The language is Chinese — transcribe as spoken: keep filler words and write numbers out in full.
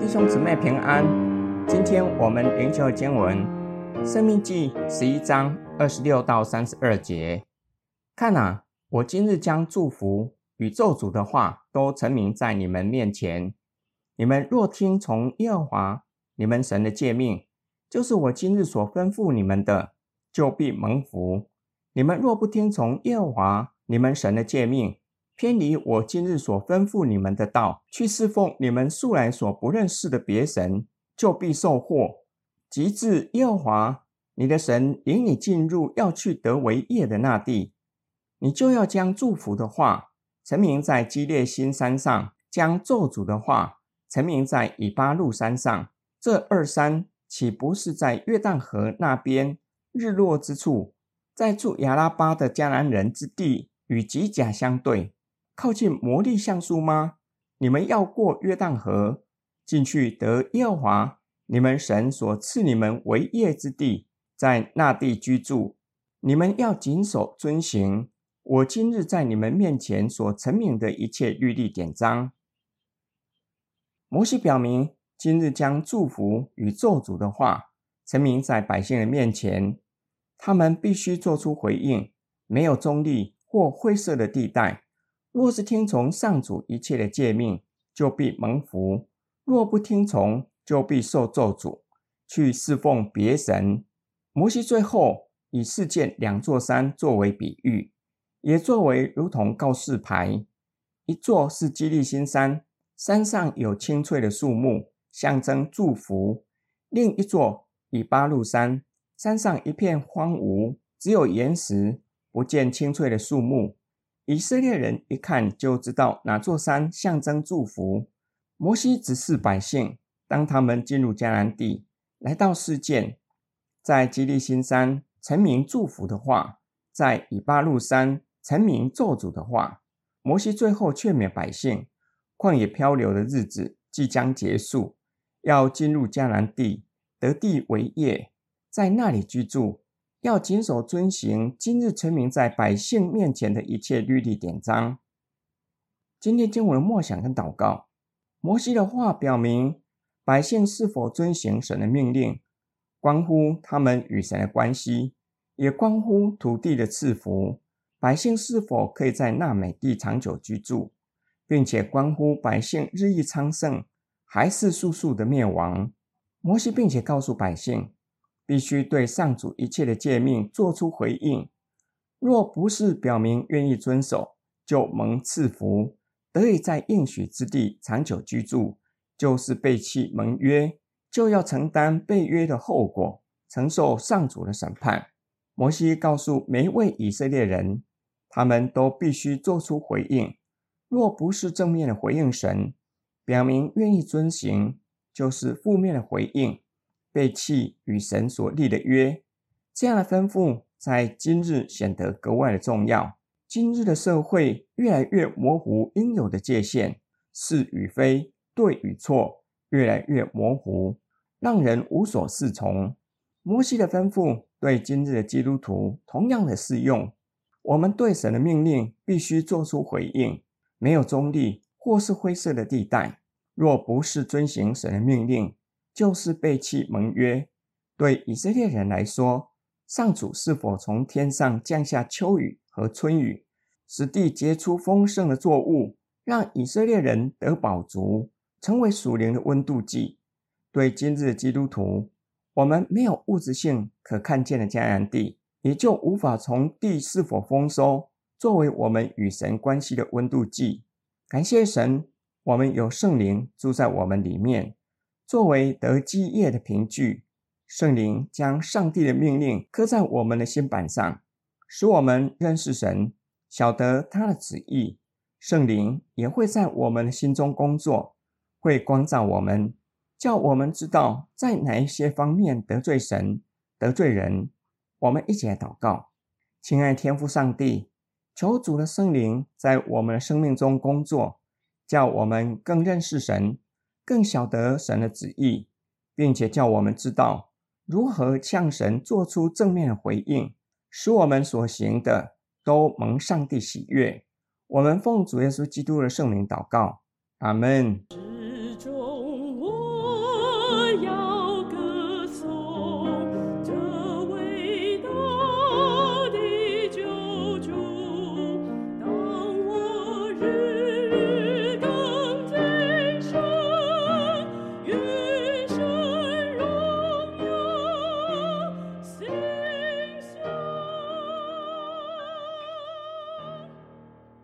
兄姊妹平安。今天我们灵修的经文申命记十一章二十六到三十二节。看啊，我今日将祝福与咒诅的话都陈明在你们面前。你们若听从耶和华你们神的诫命，就是我今日所吩咐你们的，就必蒙福。你们若不听从耶和华你们神的诫命，偏离我今日所吩咐你们的道，去侍奉你们素来所不认识的别神，就必受祸。及至耶和华你的神引你进入要去得为业的那地，你就要将祝福的话陈明在基列新山上，将咒诅的话陈明在以巴路山上。这二山岂不是在约旦河那边日落之处，在住亚拉巴的迦南人之地与吉甲相对，靠近摩利橡树吗？你们要过约旦河，进去得耶和华你们神所赐你们为业之地，在那地居住。你们要谨守遵行我今日在你们面前所陈明的一切律例典章。摩西表明，今日将祝福与咒诅的话陈明在百姓的面前，他们必须做出回应，没有中立或灰色的地带。若是听从上主一切的诫命，就必蒙福；若不听从，就必受咒诅，去侍奉别神。摩西最后以事件两座山作为比喻，也作为如同告示牌。一座是基利心山，山上有青翠的树木，象征祝福；另一座以巴路山，山上一片荒芜，只有岩石，不见青翠的树木。以色列人一看就知道哪座山象征祝福。摩西指示百姓，当他们进入迦南地，来到示剑，在基利心山陈明祝福的话，在以巴路山陈明咒诅的话。摩西最后劝勉百姓，旷野漂流的日子即将结束，要进入迦南地，得地为业，在那里居住，要谨守遵行今日陈明在百姓面前的一切律例典章。今天经文默想跟祷告，摩西的话表明百姓是否遵行神的命令，关乎他们与神的关系，也关乎土地的赐福，百姓是否可以在那美地长久居住，并且关乎百姓日益昌盛还是速速的灭亡。摩西并且告诉百姓，必须对上主一切的诫命做出回应，若不是表明愿意遵守，就蒙赐福，得以在应许之地长久居住，就是背弃盟约，就要承担背约的后果，承受上主的审判。摩西告诉每一位以色列人，他们都必须做出回应，若不是正面的回应神，表明愿意遵行，就是负面的回应，背弃与神所立的约。这样的吩咐在今日显得格外的重要。今日的社会越来越模糊应有的界限，是与非，对与错越来越模糊，让人无所适从。摩西的吩咐对今日的基督徒同样的适用，我们对神的命令必须做出回应，没有中立或是灰色的地带。若不是遵行神的命令，就是背弃盟约。对以色列人来说，上主是否从天上降下秋雨和春雨，使地结出丰盛的作物，让以色列人得饱足，成为属灵的温度计。对今日的基督徒，我们没有物质性可看见的迦南地，也就无法从地是否丰收作为我们与神关系的温度计。感谢神，我们有圣灵住在我们里面，作为得基业的凭据。圣灵将上帝的命令刻在我们的心板上，使我们认识神，晓得他的旨意。圣灵也会在我们的心中工作，会光照我们，叫我们知道在哪一些方面得罪神、得罪人。我们一起来祷告。亲爱天父上帝，求主的圣灵在我们的生命中工作，叫我们更认识神，更晓得神的旨意，并且叫我们知道如何向神做出正面的回应，使我们所行的都蒙上帝喜悦。我们奉主耶稣基督的圣名祷告，阿们。